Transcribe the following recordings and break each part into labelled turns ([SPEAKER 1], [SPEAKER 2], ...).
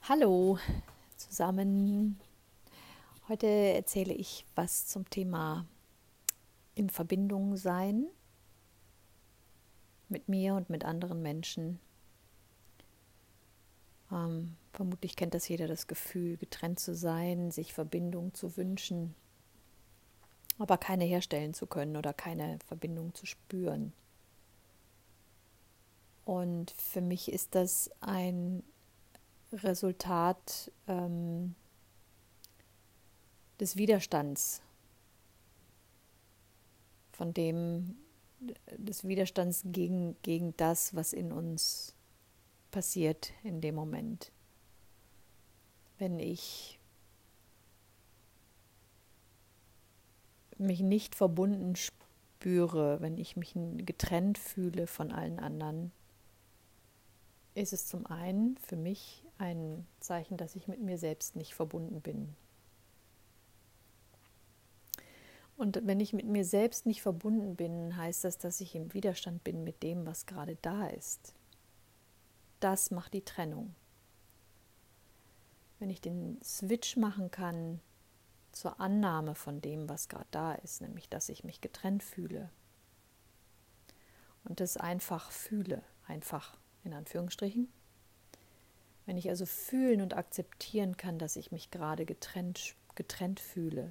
[SPEAKER 1] Hallo zusammen. Heute erzähle ich was zum Thema in Verbindung sein mit mir und mit anderen Menschen. Vermutlich kennt das jeder, das Gefühl, getrennt zu sein, sich Verbindung zu wünschen, aber keine herstellen zu können oder keine Verbindung zu spüren. Und für mich ist das ein Resultat des Widerstands, des Widerstands gegen das, was in uns passiert in dem Moment. Wenn ich mich nicht verbunden spüre, wenn ich mich getrennt fühle von allen anderen, ist es zum einen für mich ein Zeichen, dass ich mit mir selbst nicht verbunden bin. Und wenn ich mit mir selbst nicht verbunden bin, heißt das, dass ich im Widerstand bin mit dem, was gerade da ist. Das macht die Trennung. Wenn ich den Switch machen kann zur Annahme von dem, was gerade da ist, nämlich dass ich mich getrennt fühle und das einfach fühle, einfach in Anführungsstrichen. Wenn ich also fühlen und akzeptieren kann, dass ich mich gerade getrennt fühle,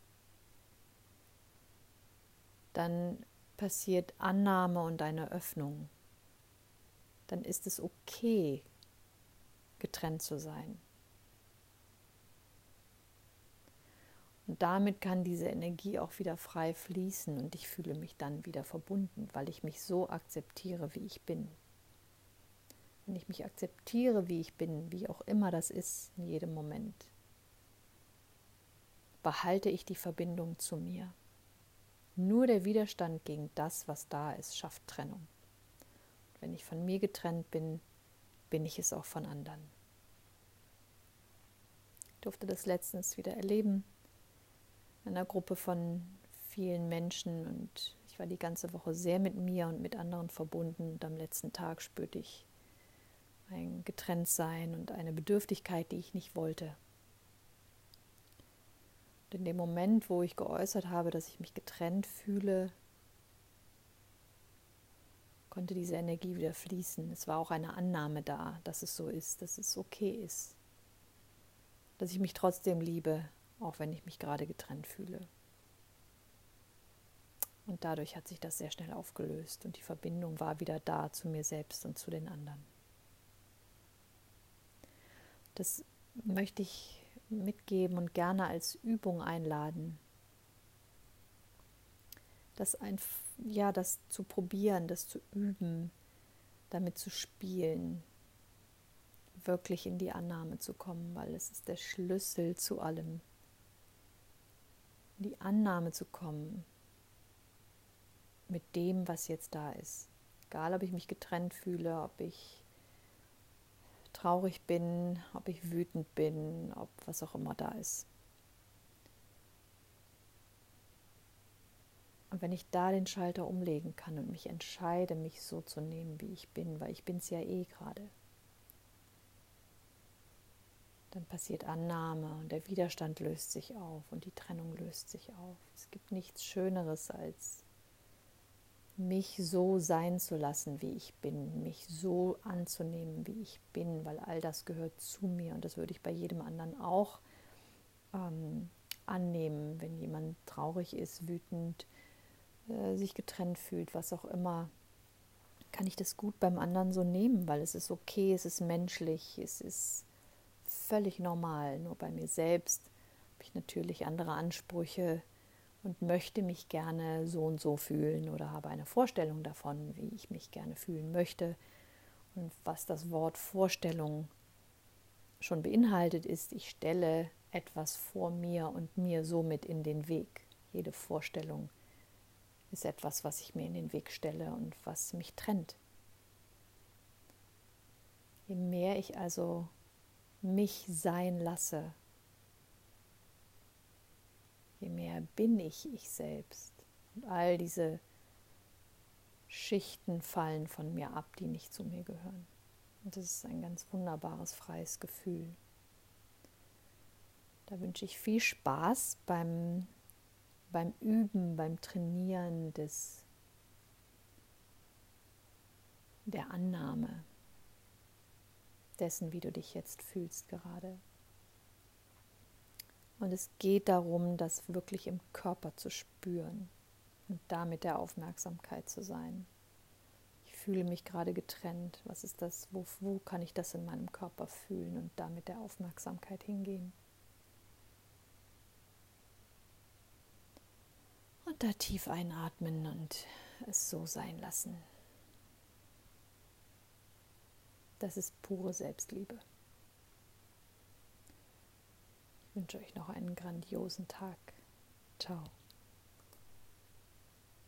[SPEAKER 1] dann passiert Annahme und eine Öffnung. Dann ist es okay, getrennt zu sein. Und damit kann diese Energie auch wieder frei fließen und ich fühle mich dann wieder verbunden, weil ich mich so akzeptiere, wie ich bin. Wenn ich mich akzeptiere, wie ich bin, wie auch immer das ist in jedem Moment, behalte ich die Verbindung zu mir. Nur der Widerstand gegen das, was da ist, schafft Trennung. Wenn ich von mir getrennt bin, bin ich es auch von anderen. Ich durfte das letztens wieder erleben in einer Gruppe von vielen Menschen und ich war die ganze Woche sehr mit mir und mit anderen verbunden und am letzten Tag spürte ich ein Getrenntsein und eine Bedürftigkeit, die ich nicht wollte. Und in dem Moment, wo ich geäußert habe, dass ich mich getrennt fühle, konnte diese Energie wieder fließen. Es war auch eine Annahme da, dass es so ist, dass es okay ist, dass ich mich trotzdem liebe, auch wenn ich mich gerade getrennt fühle. Und dadurch hat sich das sehr schnell aufgelöst und die Verbindung war wieder da zu mir selbst und zu den anderen. Das möchte ich mitgeben und gerne als Übung einladen, das zu probieren, das zu üben, damit zu spielen, wirklich in die Annahme zu kommen, weil es ist der Schlüssel zu allem. In die Annahme zu kommen mit dem, was jetzt da ist. Egal, ob ich mich getrennt fühle, ob ich traurig bin, ob ich wütend bin, ob was auch immer da ist. Und wenn ich da den Schalter umlegen kann und mich entscheide, mich so zu nehmen, wie ich bin, weil ich bin es ja eh gerade, dann passiert Annahme und der Widerstand löst sich auf und die Trennung löst sich auf. Es gibt nichts Schöneres, als mich so sein zu lassen, wie ich bin, mich so anzunehmen, wie ich bin, weil all das gehört zu mir und das würde ich bei jedem anderen auch annehmen, wenn jemand traurig ist, wütend, sich getrennt fühlt, was auch immer, kann ich das gut beim anderen so nehmen, weil es ist okay, es ist menschlich, es ist völlig normal. Nur bei mir selbst habe ich natürlich andere Ansprüche und möchte mich gerne so und so fühlen oder habe eine Vorstellung davon, wie ich mich gerne fühlen möchte. Und was das Wort Vorstellung schon beinhaltet ist, ich stelle etwas vor mir und mir somit in den Weg. Jede Vorstellung ist etwas, was ich mir in den Weg stelle und was mich trennt. Je mehr ich also mich sein lasse, je mehr bin ich selbst. Und all diese Schichten fallen von mir ab, die nicht zu mir gehören. Und das ist ein ganz wunderbares, freies Gefühl. Da wünsche ich viel Spaß beim Üben, beim Trainieren der Annahme dessen, wie du dich jetzt fühlst gerade. Und es geht darum, das wirklich im Körper zu spüren und da mit der Aufmerksamkeit zu sein. Ich fühle mich gerade getrennt. Was ist das? Wo kann ich das in meinem Körper fühlen und da mit der Aufmerksamkeit hingehen? Und da tief einatmen und es so sein lassen. Das ist pure Selbstliebe. Ich wünsche euch noch einen grandiosen Tag. Ciao.